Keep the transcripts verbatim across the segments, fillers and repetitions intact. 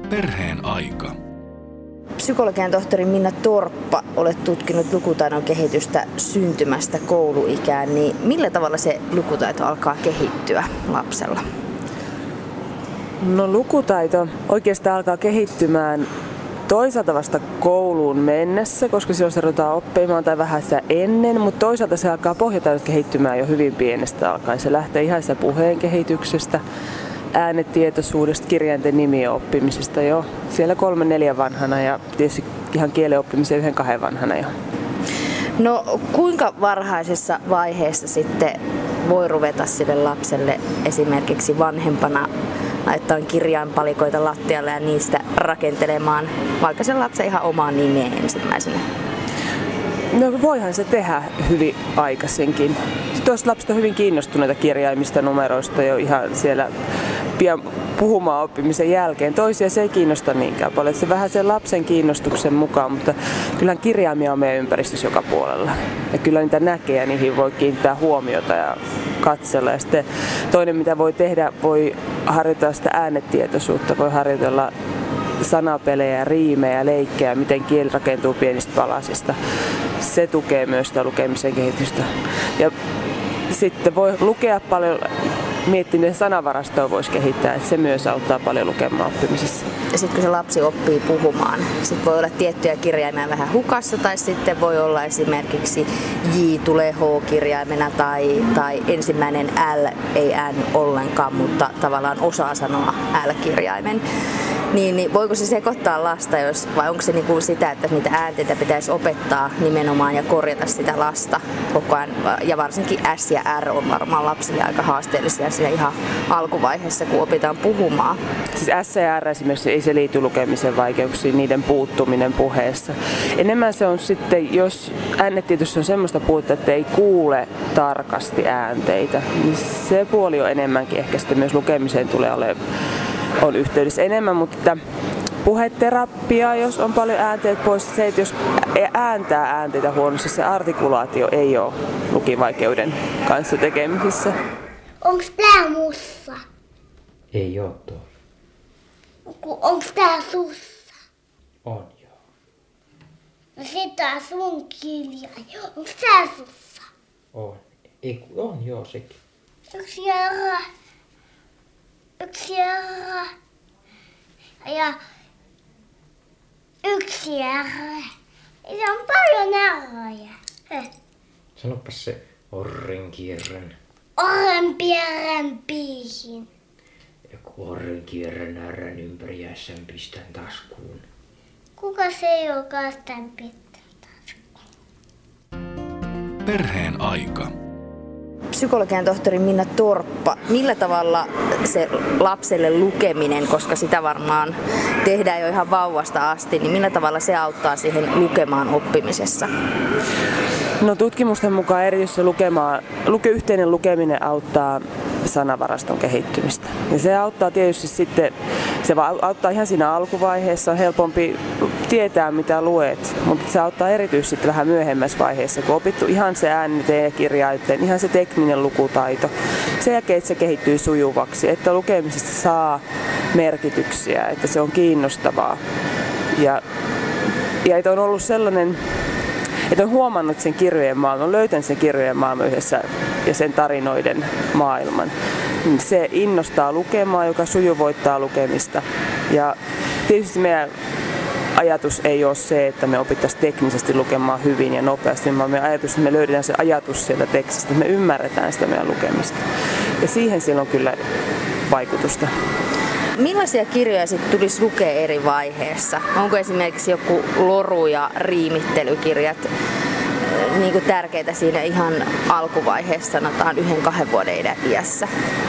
Perheen aika. Psykologian tohtori Minna Torppa, olet tutkinut lukutaidon kehitystä syntymästä kouluikään, niin millä tavalla se lukutaito alkaa kehittyä lapsella? No lukutaito oikeastaan alkaa kehittymään toisaalta vasta kouluun mennessä, koska silloin se ruvetaan oppimaan tai vähän sitä ennen, mutta toisaalta se alkaa pohjataidot kehittymään jo hyvin pienestä alkaen. Se lähtee ihan sitä puheen kehityksestä, äänetietoisuudesta, kirjainten nimien oppimisesta jo siellä kolme neljä vanhana ja tietysti ihan kielen oppimisen yhden kahden vanhana jo. No kuinka varhaisessa vaiheessa sitten voi ruveta sille lapselle esimerkiksi vanhempana laittaa kirjainpalikoita lattialle ja niistä rakentelemaan vaikka sen lapsen ihan omaan nimeen ensimmäisenä? No voihan se tehdä hyvin aikaisinkin. Toiset lapset on hyvin kiinnostuneita kirjaimista, numeroista jo ihan siellä pian puhumaan oppimisen jälkeen. Toisia se ei kiinnosta niinkään paljon. Se vähän sen lapsen kiinnostuksen mukaan, mutta kyllähän kirjaimia on meidän ympäristössä joka puolella. Ja kyllä niitä näkee ja niihin voi kiinnittää huomiota ja katsella. Ja sitten toinen mitä voi tehdä, voi harjoitella sitä äänetietoisuutta, voi harjoitella sanapelejä, riimejä, leikkejä, miten kieli rakentuu pienistä palasista. Se tukee myös sitä lukemisen kehitystä. Ja sitten voi lukea paljon, miettiä, miten sanavarastoa voisi kehittää, että se myös auttaa paljon lukemaan oppimisessa. Ja sitten kun se lapsi oppii puhumaan, sitten voi olla tiettyjä kirjaimia vähän hukassa, tai sitten voi olla esimerkiksi J tulee H-kirjaimena, tai, tai ensimmäinen L ei ääny ollenkaan, mutta tavallaan osaa sanoa L-kirjaimen. Niin, niin voiko se sekoittaa lasta, jos, vai onko se niin kuin sitä, että niitä äänteitä pitäisi opettaa nimenomaan ja korjata sitä lasta koko ajan? Ja varsinkin S ja R on varmaan lapsille aika haasteellisia siinä ihan alkuvaiheessa, kun opitaan puhumaan. Siis S ja R esimerkiksi ei se liity lukemisen vaikeuksiin, niiden puuttuminen puheessa. Enemmän se on sitten, jos äänetiedossa on semmoista puutetta, että ei kuule tarkasti äänteitä, niin se puoli on enemmänkin ehkä sitten myös lukemiseen tulee olemaan on yhteydessä enemmän, mutta puheterapia, jos on paljon äänteitä pois, se, että jos ääntää äänteitä huonosti, se artikulaatio ei ole lukivaikeuden kanssa tekemisissä. Onks tää mussa? Ei oo tuolla. Onks tää sussa? On joo. No sit tää sun kirjain. Onks tää sussa? On. Ei, on joo sekin. Yksi järä. Yksi järä. Ja yksi järä. Ja on paljon järöjä. Sanopas se orrenkierren. Orrenpierren piihin. Ja kun orrenkierren ärrän ympäri jässän pistän taskuun. Kuka se ei olekaan tämän pitää taskuun? Perheen aika. Psykologian tohtori Minna Torppa, millä tavalla se lapselle lukeminen, koska sitä varmaan tehdään jo ihan vauvasta asti, niin millä tavalla se auttaa siihen lukemaan oppimisessa? No tutkimusten mukaan erityisesti lukemaan, luke, yhteinen lukeminen auttaa sanavaraston kehittymistä. Ja se auttaa tietysti sitten, se auttaa ihan siinä alkuvaiheessa, on helpompi tietää mitä luet, mutta se auttaa erityisesti vähän myöhemmässä vaiheessa, kun opittu ihan se äänite ja kirjainten, ihan se tekninen lukutaito. Sen jälkeen, että se kehittyy sujuvaksi, että lukemisesta saa merkityksiä, että se on kiinnostavaa. Ja, ja että on ollut sellainen, että on huomannut sen kirjojen maailman, on löytänyt sen kirjojen maailman yhdessä ja sen tarinoiden maailman. Se innostaa lukemaan, joka sujuvoittaa lukemista. Ja tietysti meidän ajatus ei ole se, että me opittaisiin teknisesti lukemaan hyvin ja nopeasti, vaan meidän ajatus, että me löydetään se ajatus sieltä tekstistä, että me ymmärretään sitä meidän lukemista. Ja siihen sillä on kyllä vaikutusta. Millaisia kirjoja sitten tulisi lukea eri vaiheessa? Onko esimerkiksi joku loru- ja riimittelykirjat niin kuin tärkeitä siinä ihan alkuvaiheessa, sanotaan yhden kahden vuoden iässä?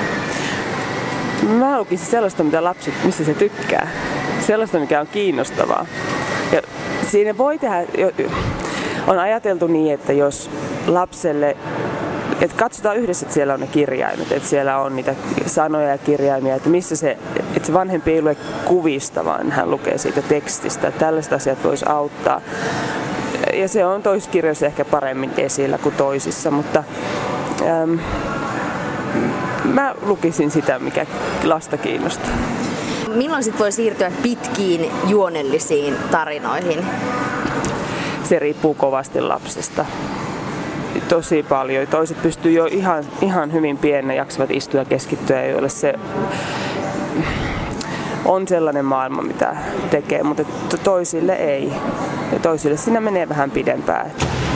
Mä lukisin sellaista, mitä lapset, missä se tykkää. Sellaista, mikä on kiinnostavaa. Ja siinä voi tehdä, on ajateltu niin, että jos lapselle, että katsotaan yhdessä, että siellä on ne kirjaimet, että siellä on niitä sanoja ja kirjaimia, että missä se, että se vanhempi ei lue kuvista, vaan hän lukee siitä tekstistä. Että tällaiset asiat voisi auttaa. Ja se on toisissa kirjoissa ehkä paremmin esillä kuin toisissa, mutta äm, mä lukisin sitä, mikä lasta kiinnostaa. milloin sit voi siirtyä pitkiin juonellisiin tarinoihin? Se riippuu kovasti lapsesta. Tosi paljon. Toiset pystyy jo ihan, ihan hyvin pienenä jaksavat istua ja keskittyä, joille se on sellainen maailma, mitä tekee, mutta toisille ei. Ja toisille siinä menee vähän pidempään.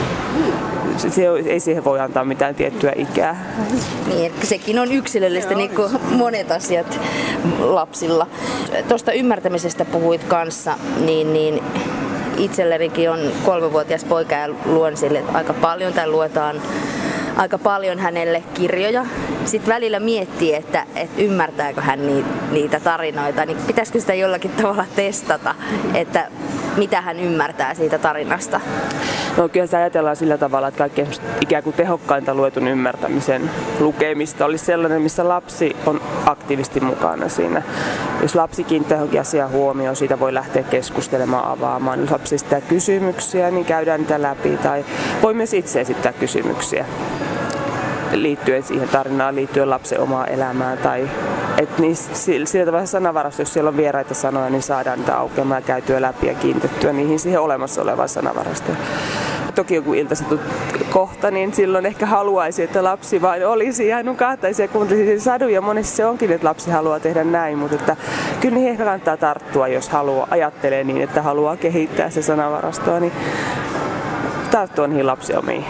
Se, ei siihen voi antaa mitään tiettyä ikää. Niin, sekin on yksilöllistä, niin kuin monet asiat lapsilla. Tuosta ymmärtämisestä puhuit kanssa, niin, niin itsellenikin on kolmevuotias poika ja luen sille aika paljon, tai luetaan aika paljon hänelle kirjoja. Sitten välillä miettii, että, että ymmärtääkö hän niitä tarinoita, niin pitäisikö sitä jollakin tavalla testata, että mitä hän ymmärtää siitä tarinasta? No kyllä sitä ajatellaan sillä tavalla, että kaikkein ikään kuin tehokkainta luetun ymmärtämisen lukemista olisi sellainen, missä lapsi on aktiivisesti mukana siinä. Jos lapsi kiinnittää johonkin asiaan huomioon, siitä voi lähteä keskustelemaan, avaamaan. Jos lapsi esittää kysymyksiä, niin käydään niitä läpi, tai voi myös itse esittää kysymyksiä liittyen siihen tarinaan, liittyen lapsen omaan elämään. Tai, et niin, sillä tavalla sanavarasto, jos siellä on vieraita sanoja, niin saadaan niitä aukeamaan ja käytyä läpi ja kiinnitettyä niihin siihen olemassa olevaan sanavarastoon. Toki joku iltasatu kohta, niin silloin ehkä haluaisi, että lapsi vain olisi ja nukahtaisi ja kuuntelisi sen sadun. Ja monesti se onkin, että lapsi haluaa tehdä näin, mutta että kyllä niihin ehkä kannattaa tarttua, jos haluaa, ajattelee niin, että haluaa kehittää se sanavarastoa, niin tarttua niihin lapsiomiin.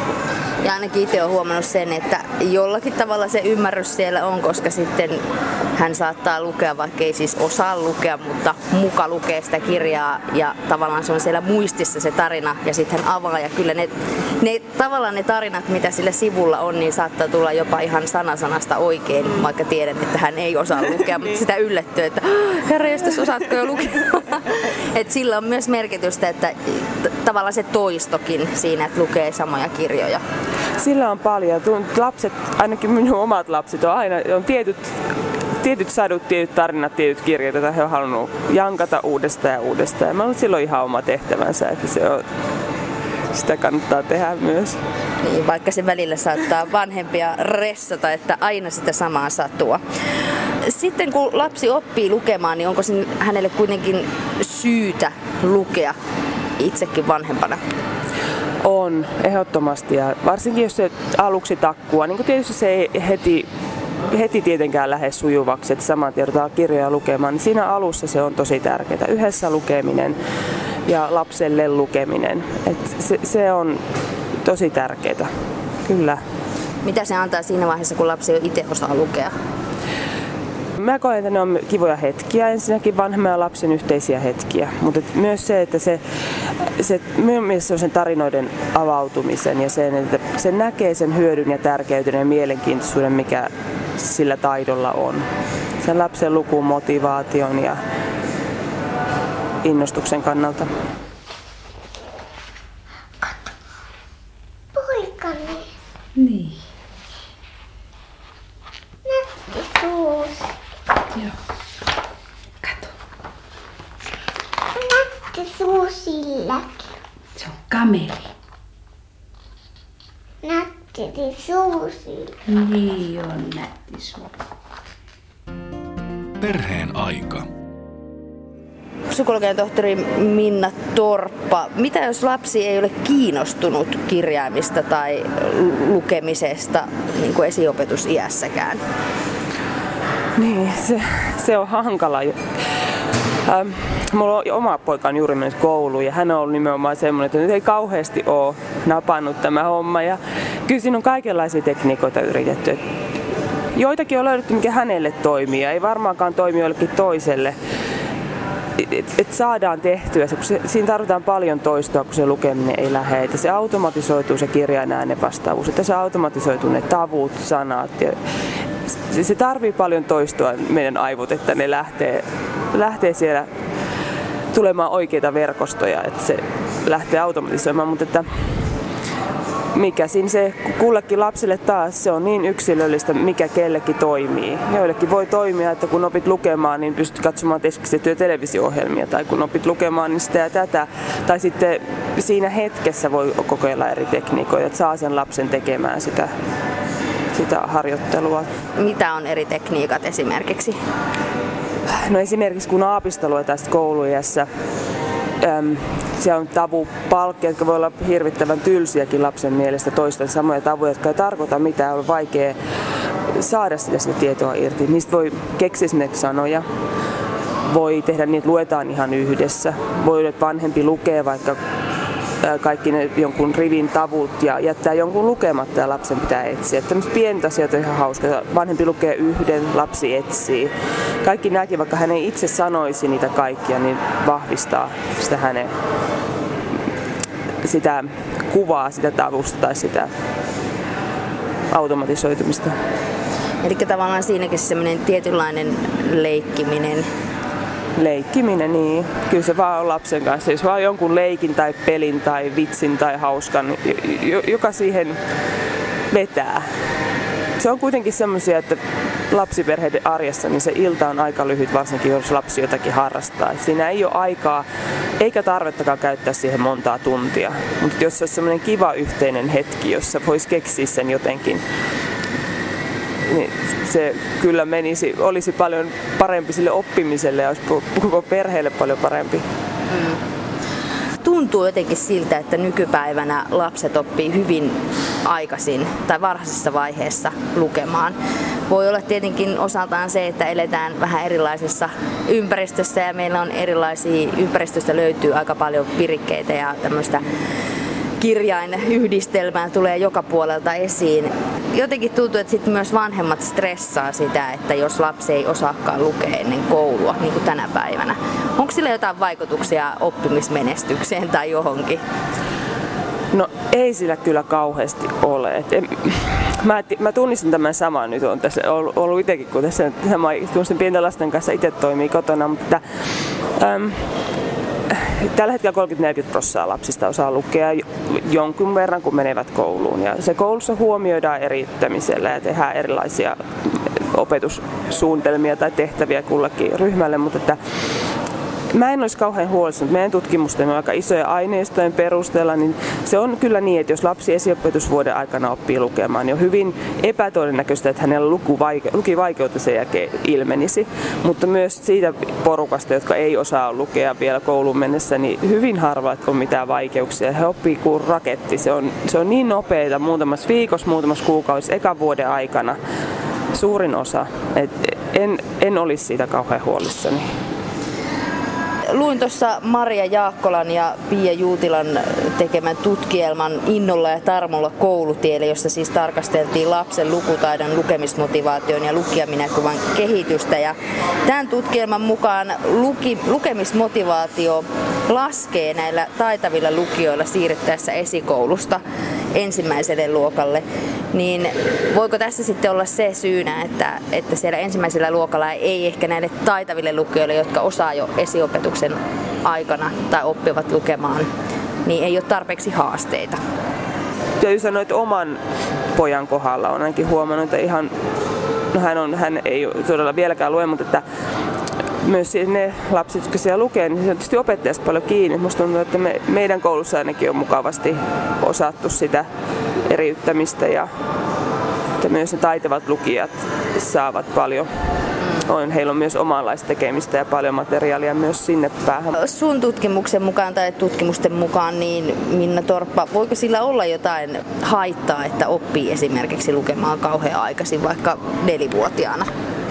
Ja ainakin itse olen huomannut sen, että jollakin tavalla se ymmärrys siellä on, koska sitten hän saattaa lukea, vaikka ei siis osaa lukea, mutta muka lukee sitä kirjaa ja tavallaan se on siellä muistissa se tarina ja sitten hän avaa ja kyllä ne, ne tavallaan ne tarinat, mitä sillä sivulla on, niin saattaa tulla jopa ihan sanasanasta oikein, vaikka tiedän, että hän ei osaa lukea, mutta sitä yllättyy, että herra, jos osaatko jo lukea? Et sillä on myös merkitystä, että tavallaan se toistokin siinä, että lukee samoja kirjoja. Sillä on paljon. Lapset, ainakin minun omat lapset, on aina on tietyt, tietyt sadut, tietyt tarinat, tietyt kirjat, joita he on halunnut jankata uudestaan ja uudestaan. Ja mä olen silloin ihan oma tehtävänsä, että se on, sitä kannattaa tehdä myös. Niin, vaikka se välillä saattaa vanhempia ressata, että aina sitä samaa satua. Sitten kun lapsi oppii lukemaan, niin onko hänelle kuitenkin syytä lukea itsekin vanhempana? On, ehdottomasti. Ja varsinkin jos se aluksi takkua, niin tietysti se ei heti, heti tietenkään lähde sujuvaksi, että saman tiedotaan kirjoja lukemaan, niin siinä alussa se on tosi tärkeää. Yhdessä lukeminen ja lapselle lukeminen. Et se, se on tosi tärkeää, kyllä. Mitä se antaa siinä vaiheessa, kun lapsi jo itse osaa lukea? Mä koen, että ne on kivoja hetkiä, ensinnäkin vanhemman ja lapsen yhteisiä hetkiä, mutta myös se, että se, se myös on sen tarinoiden avautumisen ja sen, että se näkee sen hyödyn ja tärkeyden ja mielenkiintoisuuden, mikä sillä taidolla on. Sen lapsen lukuun motivaation ja innostuksen kannalta. Poikani. Niin. Nätti suusi. Joo. Kato. Nätti suusilläkin. Se on kameli. Nätti suusilla. Niin on nätti suu. Perheen aika. Psykologian tohtori Minna Torppa, mitä jos lapsi ei ole kiinnostunut kirjaimista tai lukemisesta niin kuin esiopetusiässäkään? Niin, se, se on hankala. Ähm, mulla on oma poika on juuri mennyt kouluun ja hän on ollut nimenomaan semmoinen, että nyt ei kauheasti ole napannut tämä homma. Ja kyllä siinä on kaikenlaisia tekniikoita yritetty. Joitakin on löydetty, mikä hänelle toimii ja ei varmaankaan toimi jollekin toiselle. Et, et saadaan tehtyä, se, siinä tarvitaan paljon toistoa, kun se lukeminen ei lähde. Että se automatisoituu se kirjain äänen vastaavuus, että se automatisoituu ne tavut, sanat. Ja se, se tarvii paljon toistoa meidän aivot, että ne lähtee, lähtee siellä tulemaan oikeita verkostoja, että se lähtee automatisoimaan. Mutta että mikä siinä se kullekin lapselle taas, se on niin yksilöllistä, mikä kellekin toimii. Joillekin voi toimia, että kun opit lukemaan, niin pystyt katsomaan tekstitettyjä televisio-ohjelmia, tai kun opit lukemaan, niin sitä ja tätä. Tai sitten siinä hetkessä voi kokeilla eri tekniikoita, että saa sen lapsen tekemään sitä, sitä harjoittelua. Mitä on eri tekniikat esimerkiksi? no esimerkiksi kun aapista luetaan kouluiässä, äm, siellä on tavupalkkeja, jotka voi olla hirvittävän tylsiäkin lapsen mielestä, toisten samoja tavuja, jotka ei tarkoita mitään, on vaikea saada sitä, sitä tietoa irti. Niistä voi keksiä esimerkiksi sanoja, voi tehdä niin, että luetaan ihan yhdessä, voi olla, että vanhempi lukee vaikka kaikki ne jonkun rivin tavut ja jättää jonkun lukematta ja lapsen pitää etsiä. Tämmöiset pienet asiat on ihan hauska. Vanhempi lukee yhden, lapsi etsii. Kaikki nämäkin, vaikka hän ei itse sanoisi niitä kaikkia, niin vahvistaa sitä hänen sitä kuvaa sitä tavusta tai sitä automatisoitumista. Eli tavallaan siinäkin semmoinen tietynlainen leikkiminen. Leikkiminen, niin. Kyllä se vaan on lapsen kanssa. Jos vaan jonkun leikin tai pelin tai vitsin tai hauskan, joka siihen vetää. Se on kuitenkin semmoisia, että lapsiperheiden arjessa niin se ilta on aika lyhyt, varsinkin jos lapsi jotakin harrastaa. Siinä ei ole aikaa eikä tarvettakaan käyttää siihen montaa tuntia. Mutta jos olisi semmoinen kiva yhteinen hetki, jossa voisi keksiä sen jotenkin, niin se kyllä menisi, olisi paljon parempi sille oppimiselle ja olisi koko perheelle paljon parempi. Mm. Tuntuu jotenkin siltä, että nykypäivänä lapset oppii hyvin aikaisin tai varhaisessa vaiheessa lukemaan. Voi olla tietenkin osaltaan se, että eletään vähän erilaisessa ympäristössä ja meillä on erilaisia, ympäristöstä löytyy aika paljon virikkeitä ja tämmöistä kirjainyhdistelmää tulee joka puolelta esiin. Jotenkin tuntuu, että sitten myös vanhemmat stressaa sitä, että jos lapsi ei osaakaan lukea ennen koulua, niin kuin tänä päivänä. Onko sillä jotain vaikutuksia oppimismenestykseen tai johonkin? No ei sillä kyllä kauheasti ole. Et en, mä, mä tunnistan tämän saman nyt, on tässä ollut, ollut itsekin, kun tässä sama, pienten lasten kanssa itse toimii kotona, mutta äm, tällä hetkellä kolmekymmentä neljäkymmentä prosenttia lapsista osaa lukea jonkun verran, kun menevät kouluun. Ja se koulussa huomioidaan eriyttämisellä ja tehdään erilaisia opetussuunnitelmia tai tehtäviä kullekin ryhmälle, mutta että mä en olisi kauhean huolestunut. Meidän tutkimusten on aika isoja aineistojen perusteella, niin se on kyllä niin, että jos lapsi esiopetusvuoden aikana oppii lukemaan, niin on hyvin epätodennäköistä, että hänellä lukuvaike- lukivaikeutta sen jälkeen ilmenisi. Mutta myös siitä porukasta, jotka ei osaa lukea vielä kouluun mennessä, niin hyvin harvat on mitään vaikeuksia. He oppii kuin raketti. Se on, se on niin nopeita muutamassa viikossa, muutamassa kuukaudessa, ekan vuoden aikana. Suurin osa. Et en, en olisi siitä kauhean huolissani. Luin tuossa Maria Jaakkolan ja Pia Juutilan tekemän tutkielman Innolla ja tarmolla koulutielle, jossa siis tarkasteltiin lapsen lukutaidon, lukemismotivaation ja lukijaminäkuvan kehitystä. Ja tämän tutkielman mukaan luki, lukemismotivaatio laskee näillä taitavilla lukijoilla siirryttäessä esikoulusta ensimmäiselle luokalle. Niin voiko tässä sitten olla se syynä, että, että siellä ensimmäisellä luokalla ei ehkä näille taitaville lukijoille, jotka osaa jo esiopetuksen aikana tai oppivat lukemaan, niin ei ole tarpeeksi haasteita? Ja sanoit oman pojan kohdalla, on ainakin huomannut, että ihan, no hän, on, hän ei todella vieläkään lue, mutta että myös ne lapset, jotka siellä lukee, niin se on tietysti opettajasta paljon kiinni. Minusta tuntuu, että me, meidän koulussa ainakin on mukavasti osattu sitä eriyttämistä ja että myös ne taitavat lukijat saavat paljon. On, heillä on myös omanlaista tekemistä ja paljon materiaalia myös sinne päähän. Sun tutkimuksen mukaan tai tutkimusten mukaan, niin Minna Torppa, voiko sillä olla jotain haittaa, että oppii esimerkiksi lukemaan kauhean aikaisin, vaikka nelivuotiaana?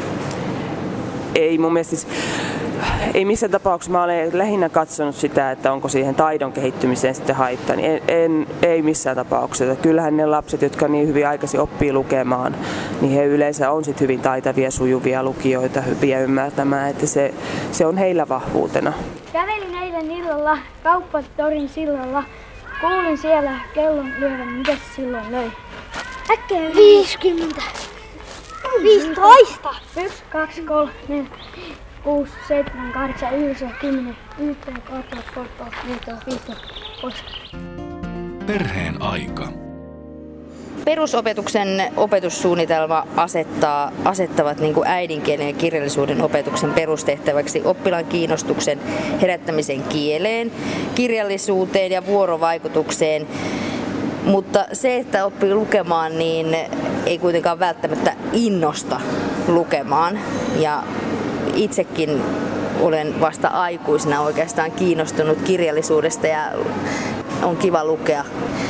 Ei mun mielestä siis, ei missään tapauksessa. Mä olen lähinnä katsonut sitä, että onko siihen taidon kehittymiseen sitten haittaa. Niin en, en, ei missään tapauksessa. Kyllähän ne lapset, jotka niin hyvin aikaisin oppii lukemaan, niin he yleensä on sitten hyvin taitavia, sujuvia lukijoita, hyviä ymmärtämään, että se, se on heillä vahvuutena. Kävelin eilen illalla kauppatorin sillalla. Kuulin siellä kellon lyövän. Mitä se silloin löi? Äkkiä viisikymmentä. viisitoista. Yksi, kaksi, kolme, neljä, kuusi, seitsemän, kahdeksan, yhdeksän, kymmenen, yksitoista, kaksitoista, kolmetoista, neljätoista, viisitoista. Perheen aika. Perusopetuksen opetussuunnitelma asettaa, asettavat niin kuin äidinkielen ja kirjallisuuden opetuksen perustehtäväksi oppilaan kiinnostuksen herättämisen kieleen, kirjallisuuteen ja vuorovaikutukseen. Mutta se, että oppii lukemaan, niin ei kuitenkaan välttämättä innosta lukemaan. Ja itsekin olen vasta aikuisena oikeastaan kiinnostunut kirjallisuudesta ja on kiva lukea.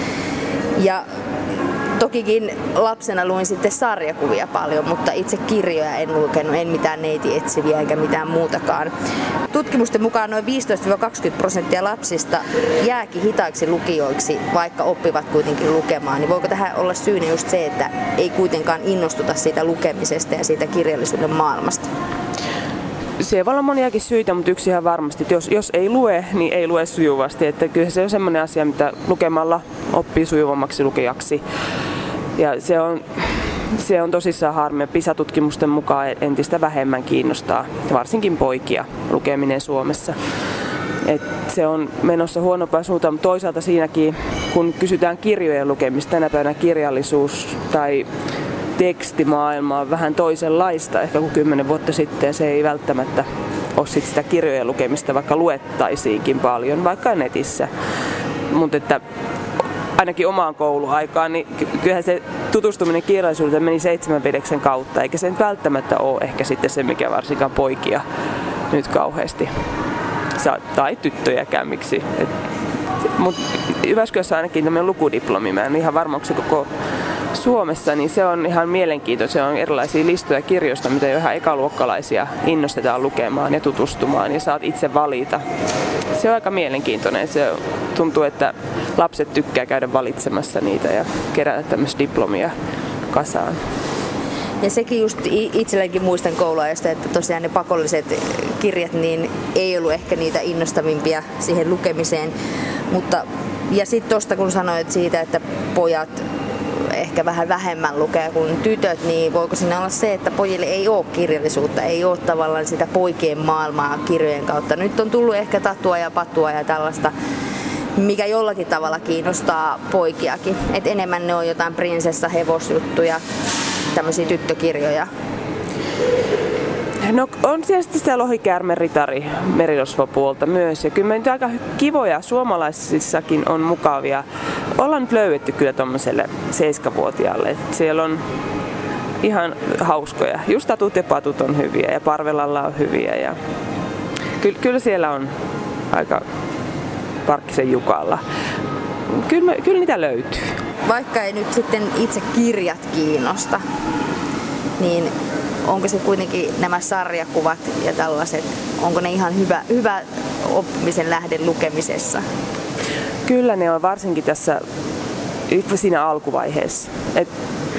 Ja tokikin lapsena luin sitten sarjakuvia paljon, mutta itse kirjoja en lukenut, en mitään neitietsiviä eikä mitään muutakaan. Tutkimusten mukaan noin viisitoista kaksikymmentä prosenttia lapsista jääkin hitaiksi lukijoiksi, vaikka oppivat kuitenkin lukemaan. Niin voiko tähän olla syynä just se, että ei kuitenkaan innostuta siitä lukemisesta ja siitä kirjallisuuden maailmasta? Se voi olla moniakin syitä, mutta yksi ihan varmasti, että jos, jos ei lue, niin ei lue sujuvasti. Että kyllä se on semmoinen asia, mitä lukemalla oppii sujuvammaksi lukijaksi. Ja se on, se on tosissaan harmi. PISA-tutkimusten mukaan entistä vähemmän kiinnostaa, varsinkin poikia, lukeminen Suomessa. Et se on menossa huonompaan suuntaan, mutta toisaalta siinäkin, kun kysytään kirjojen lukemista, tänä päivänä kirjallisuus tai tekstimaailma on vähän toisenlaista ehkä kuin kymmenen vuotta sitten. Se ei välttämättä ole sit sitä kirjojen lukemista, vaikka luettaisiinkin paljon, vaikka netissä. Mutta että ainakin omaan kouluaikaan, niin kyllähän se tutustuminen kirjallisuuteen meni seitsemän vedeksen kautta, eikä se nyt välttämättä ole ehkä sitten se, mikä varsinkaan poikia nyt kauheasti saa, tai tyttöjäkään miksi. Mutta Jyväskylässä ainakin tämmöinen lukudiplomi, mä en ihan varma, onko se koko Suomessa, niin se on ihan mielenkiintoista. Se on erilaisia listoja kirjoista, mitä jo ihan ekaluokkalaisia innostetaan lukemaan ja tutustumaan ja saat itse valita. Se on aika mielenkiintoinen. Se tuntuu, että lapset tykkää käydä valitsemassa niitä ja kerätä tämmöistä diplomia kasaan. Ja sekin just itselläkin muistan kouluajasta, että tosiaan ne pakolliset kirjat niin ei ollut ehkä niitä innostavimpia siihen lukemiseen. Mutta, ja sitten tuosta kun sanoit siitä, että pojat ehkä vähän vähemmän lukee kuin tytöt, niin voiko siinä olla se, että pojille ei ole kirjallisuutta, ei ole tavallaan sitä poikien maailmaa kirjojen kautta. Nyt on tullut ehkä tatua ja patua ja tällaista, mikä jollakin tavalla kiinnostaa poikiakin. Et enemmän ne on jotain prinsessa, hevosjuttuja, tämmöisiä tyttökirjoja. No on tietysti sitä lohikäärme, ritari, merirosvopuolta myös. Ja kyllä nyt aika kivoja suomalaisissakin on mukavia. Ollaan nyt löydetty kyllä tommoselle seiskavuotiaalle. Siellä on ihan hauskoja. Just Tatut ja Patut on hyviä ja Parvelalla on hyviä. Ja kyllä, kyllä siellä on aika Parkkisen Jukalla. Kyllä, kyllä niitä löytyy. Vaikka ei nyt sitten itse kirjat kiinnosta, niin onko se kuitenkin nämä sarjakuvat ja tällaiset, onko ne ihan hyvä, hyvä oppimisen lähde lukemisessa? Kyllä ne on varsinkin tässä siinä alkuvaiheessa. Et,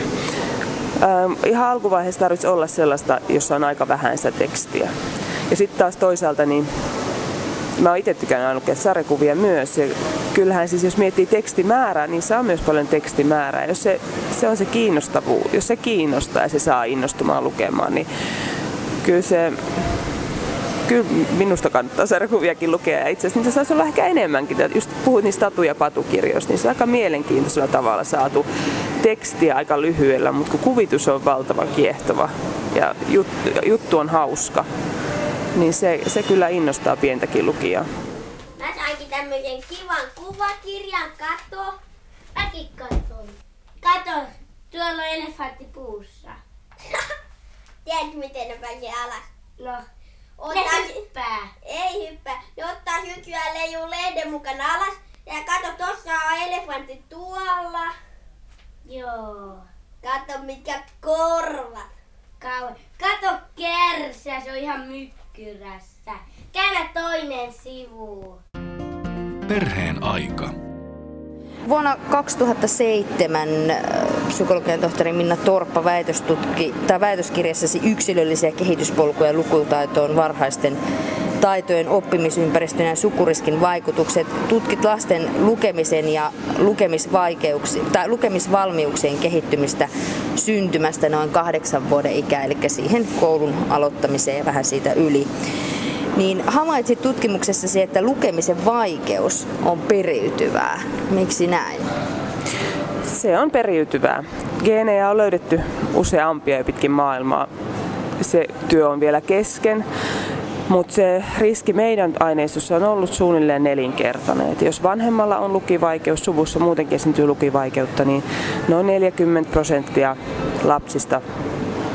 ähm, ihan alkuvaiheessa tarvitsisi olla sellaista, jossa on aika vähän sitä tekstiä. Ja sitten taas toisaalta, niin mä oon itse tykännyt lukea sarjakuvia myös. Ja kyllähän siis jos miettii tekstimäärää, niin se on myös paljon tekstimäärää. Jos se, se on se kiinnostavuus, jos se kiinnostaa ja se saa innostumaan lukemaan, niin kyllä se, kyllä minusta kannattaa sarjakuviakin lukea. Ja itse asiassa niitä saisi olla ehkä enemmänkin. Just puhuit niistä Tatu- ja Patu-kirjoista, niin se on aika mielenkiintoisella tavalla saatu tekstiä aika lyhyellä, mutta kun kuvitus on valtavan kiehtova ja juttu, juttu on hauska, niin se, se kyllä innostaa pientäkin lukijaa. Mä sainkin tämmöisen kivan kuvakirjan, kato. Mäkin katon. Kato, tuolla on elefantti puussa. Tiedätkö miten ne pääsee alas? No. Ottaa ne hyppää. Ei hyppää. Ne ottaa syksyä leijuu lehden mukana alas. Ja kato, tossa on elefantti tuolla. Joo. Kato mitkä korvat. Kauan. Kato kersää, se on ihan mykkyrässä. Käännä toinen sivu. Perheen aika. Vuonna kaksituhattaseitsemän psykologian tohtori Minna Torppa väitöstutki, tai väitöskirjassasi yksilöllisiä kehityspolkuja lukutaitoon varhaisten taitojen oppimisympäristön ja sukuriskin vaikutukset. Tutkit lasten lukemisen ja lukemisvaikeuksien, tai lukemisvalmiuksien kehittymistä syntymästä noin kahdeksan vuoden ikää, eli siihen koulun aloittamiseen ja vähän siitä yli. Niin havaitsit tutkimuksessasi, että lukemisen vaikeus on periytyvää. Miksi näin? Se on periytyvää. Geenejä on löydetty useampia jo pitkin maailmaa. Se työ on vielä kesken, mutta se riski meidän aineistossa on ollut suunnilleen nelinkertainen. Et jos vanhemmalla on lukivaikeus, suvussa muutenkin esiintyy lukivaikeutta, niin noin neljäkymmentä prosenttia lapsista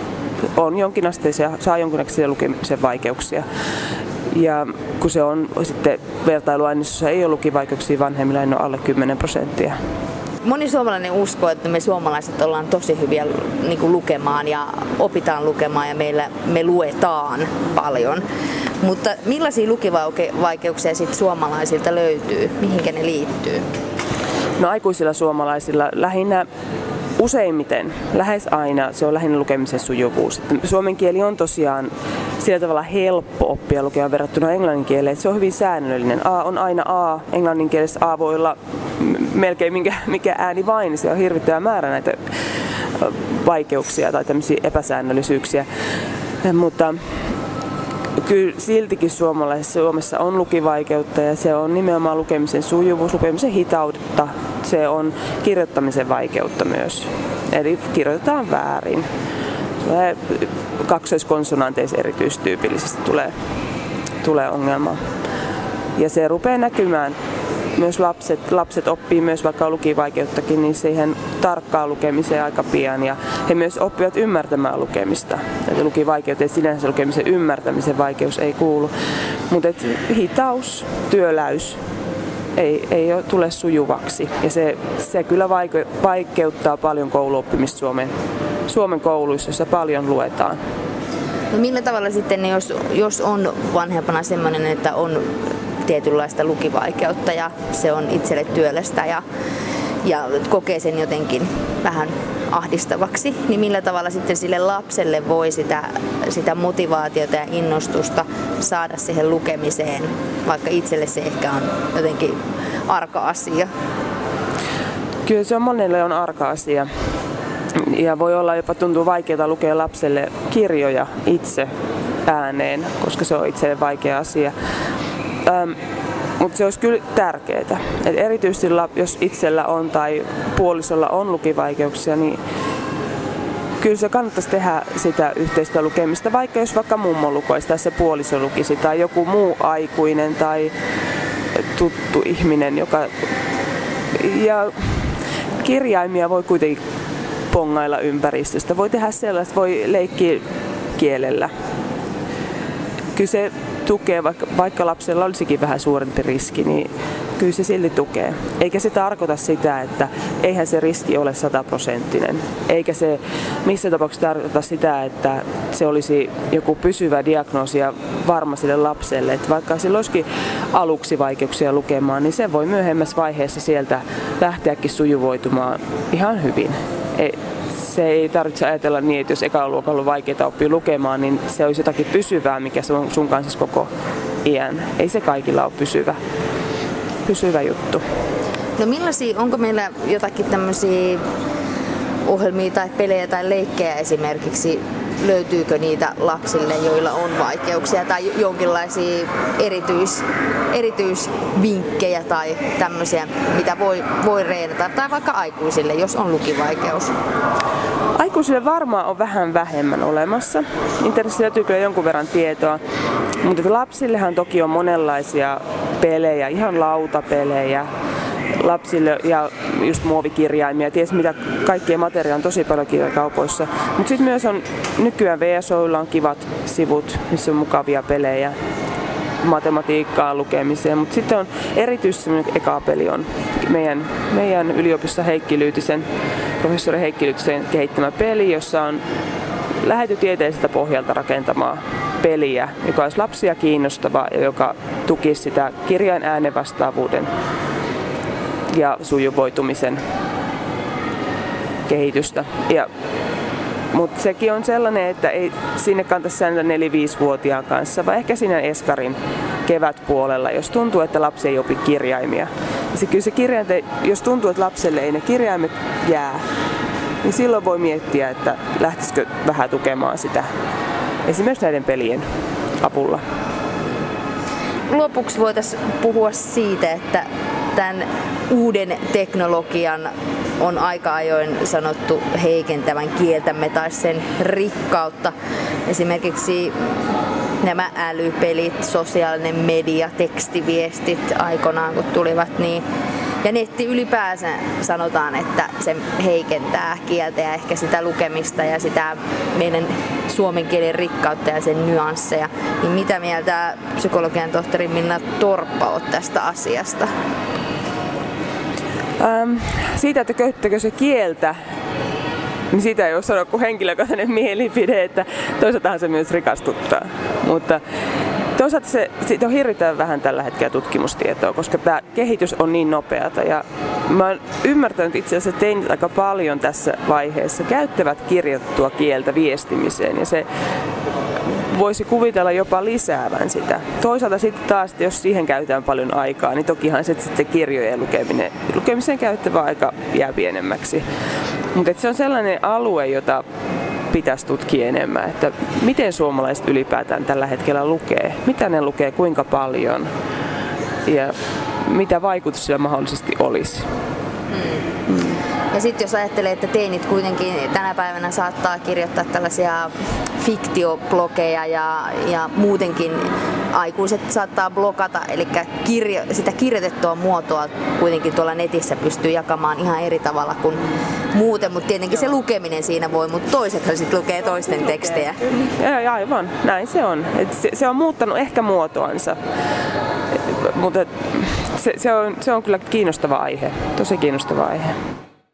on jonkinasteisia, saa jonkinasteisia lukemisen vaikeuksia. Ja kun se on sitten vertailuaineistossa ei ole lukivaikeuksia vanhemmilla, niin on alle kymmenen prosenttia. Moni suomalainen uskoo, että me suomalaiset ollaan tosi hyviä niin kuin lukemaan ja opitaan lukemaan ja meillä, me luetaan paljon. Mutta millaisia lukivaikeuksia sitten suomalaisilta löytyy? Mihinkä ne liittyy? No aikuisilla suomalaisilla lähinnä useimmiten, lähes aina, se on lähinnä lukemisen sujuvuus. Että suomen kieli on tosiaan sillä tavalla helppo oppia lukemaan verrattuna englannin kieleen. Se on hyvin säännöllinen. A on aina A. Englannin kielessä A voi olla melkein minkä, mikä ääni vain, niin se on hirvittävä määrä näitä vaikeuksia tai tämmöisiä epäsäännöllisyyksiä. Mutta kyllä siltikin Suomessa on lukivaikeutta ja se on nimenomaan lukemisen sujuvuus, lukemisen hitautta. Se on kirjoittamisen vaikeutta myös. Eli kirjoitetaan väärin. Tulee kaksoiskonsonanteissa erityistyypillisesti tulee, tulee ongelma. Ja se rupeaa näkymään. Myös lapset, lapset oppii myös vaikka lukivaikeuttakin, niin siihen tarkkaan lukemiseen aika pian. Ja he myös oppivat ymmärtämään lukemista. Että lukivaikeuteen sinänsä lukemisen ymmärtämisen vaikeus ei kuulu. Mutta hitaus, työläys ei, ei ole, tule sujuvaksi. Ja se, se kyllä vaikeuttaa paljon kouluoppimista Suomen, Suomen kouluissa, jossa paljon luetaan. No millä tavalla sitten, jos, jos on vanhempana sellainen, että on tietynlaista lukivaikeutta ja se on itselle työlästä ja, ja kokee sen jotenkin vähän ahdistavaksi, niin millä tavalla sitten sille lapselle voi sitä, sitä motivaatiota ja innostusta saada siihen lukemiseen, vaikka itselle se ehkä on jotenkin arka asia? Kyllä se on monelle on arka asia. Ja voi olla jopa tuntuu vaikeaa lukea lapselle kirjoja itse ääneen, koska se on itselle vaikea asia. Ähm, mutta se olisi kyllä tärkeää. Et erityisesti jos itsellä on tai puolisolla on lukivaikeuksia, niin kyllä se kannattaisi tehdä sitä yhteistä lukemista, vaikka jos vaikka mummo lukoisi tai se puoliso lukisi tai joku muu aikuinen tai tuttu ihminen, joka... Ja kirjaimia voi kuitenkin pongailla ympäristöstä. Voi tehdä sellaista, voi leikkiä kielellä. Kyllä se tukee, vaikka, vaikka lapsella olisikin vähän suurempi riski, niin kyllä se silti tukee. Eikä se tarkoita sitä, että eihän se riski ole sataprosenttinen. Eikä se missä tapauksessa tarkoita sitä, että se olisi joku pysyvä diagnoosi ja varma sille lapselle. Että vaikka sillä olisikin aluksi vaikeuksia lukemaan, niin se voi myöhemmässä vaiheessa sieltä lähteäkin sujuvoitumaan ihan hyvin. Ei, se ei tarvitse ajatella niin, että jos ekalla luokalla on vaikeaa oppia lukemaan, niin se olisi jotakin pysyvää, mikä se on sun kanssa koko iän. Ei se kaikilla ole pysyvä, pysyvä juttu. No millaisia, onko meillä jotakin tämmöisiä ohjelmia tai pelejä tai leikkejä esimerkiksi, löytyykö niitä lapsille, joilla on vaikeuksia tai jonkinlaisia erityis, erityisvinkkejä tai tämmöisiä, mitä voi, voi reenata tai vaikka aikuisille, jos on lukivaikeus? Aikuisille varmaan on vähän vähemmän olemassa. Internetissä löytyy kyllä jonkun verran tietoa, mutta lapsillehan toki on monenlaisia pelejä, ihan lautapelejä lapsille ja just muovikirjaimia, ties mitä kaikkia materiaa on tosi paljon kirjakaupoissa. Mutta sitten myös on nykyään V S O:lla on kivat sivut, missä on mukavia pelejä matematiikkaa lukemiseen, mutta sitten on erityisesti eka peli on meidän, meidän yliopistossa Heikki Lyytisen, professori Heikki Lyytisen kehittämä peli, jossa on lähdetty tieteelliseltä pohjalta rakentamaan peliä, joka olisi lapsia kiinnostava ja joka tukisi sitä kirjain äänen vastaavuuden ja sujuvoitumisen kehitystä. Ja, mutta sekin on sellainen, että ei sinne kannattaisi säännöllä neljä-viisivuotiaan kanssa, vaan ehkä siinä eskarin kevätpuolella, jos tuntuu, että lapsi ei opi kirjaimia. Ja se, kyllä se kirjain, jos tuntuu, että lapselle ei ne kirjaimet jää, niin silloin voi miettiä, että lähtisikö vähän tukemaan sitä esimerkiksi näiden pelien avulla. Lopuksi voitaisiin puhua siitä, että tämän uuden teknologian on aika ajoin sanottu heikentävän kieltämme tai sen rikkautta. Esimerkiksi nämä älypelit, sosiaalinen media, tekstiviestit aikoinaan kun tulivat, niin Ja netti ylipäänsä sanotaan, että se heikentää kieltä ja ehkä sitä lukemista ja sitä meidän suomen kielen rikkautta ja sen nyansseja. Niin mitä mieltä psykologian tohtori Minna Torppa olet tästä asiasta? Ähm, siitä, että köyhtäkö se kieltä, niin siitä ei ole sanoa kuin henkilökohtainen mielipide, että toisaaltahan se myös rikastuttaa. Mutta toisaalta se, siitä on hirvittävän vähän tällä hetkellä tutkimustietoa, koska tämä kehitys on niin nopeata. Ja mä oon ymmärtänyt itse asiassa, että teinit aika paljon tässä vaiheessa käyttävät kirjoitettua kieltä viestimiseen. Ja se voisi kuvitella jopa lisäävän sitä. Toisaalta sitten taas, että jos siihen käytetään paljon aikaa, niin tokihan se sitten kirjojen lukeminen, lukemisen käyttävä aika jää pienemmäksi. Mutta se on sellainen alue, jota pitäisi tutkia enemmän, että miten suomalaiset ylipäätään tällä hetkellä lukee, mitä ne lukee, kuinka paljon ja mitä vaikutus sillä mahdollisesti olisi. Hmm. Hmm. Ja sitten jos ajattelee, että teinit kuitenkin tänä päivänä saattaa kirjoittaa tällaisia fiktioblogeja ja, ja muutenkin aikuiset saattaa blokata, eli kirjo, sitä kirjoitettua muotoa kuitenkin tuolla netissä pystyy jakamaan ihan eri tavalla kuin muuten, mutta tietenkin se lukeminen siinä voi, mutta toisethan sitten lukee toisten tekstejä. Ja aivan, näin se on. Et se, se on muuttanut ehkä muotoansa, mutta se, se, on, se on kyllä kiinnostava aihe, tosi kiinnostava aihe.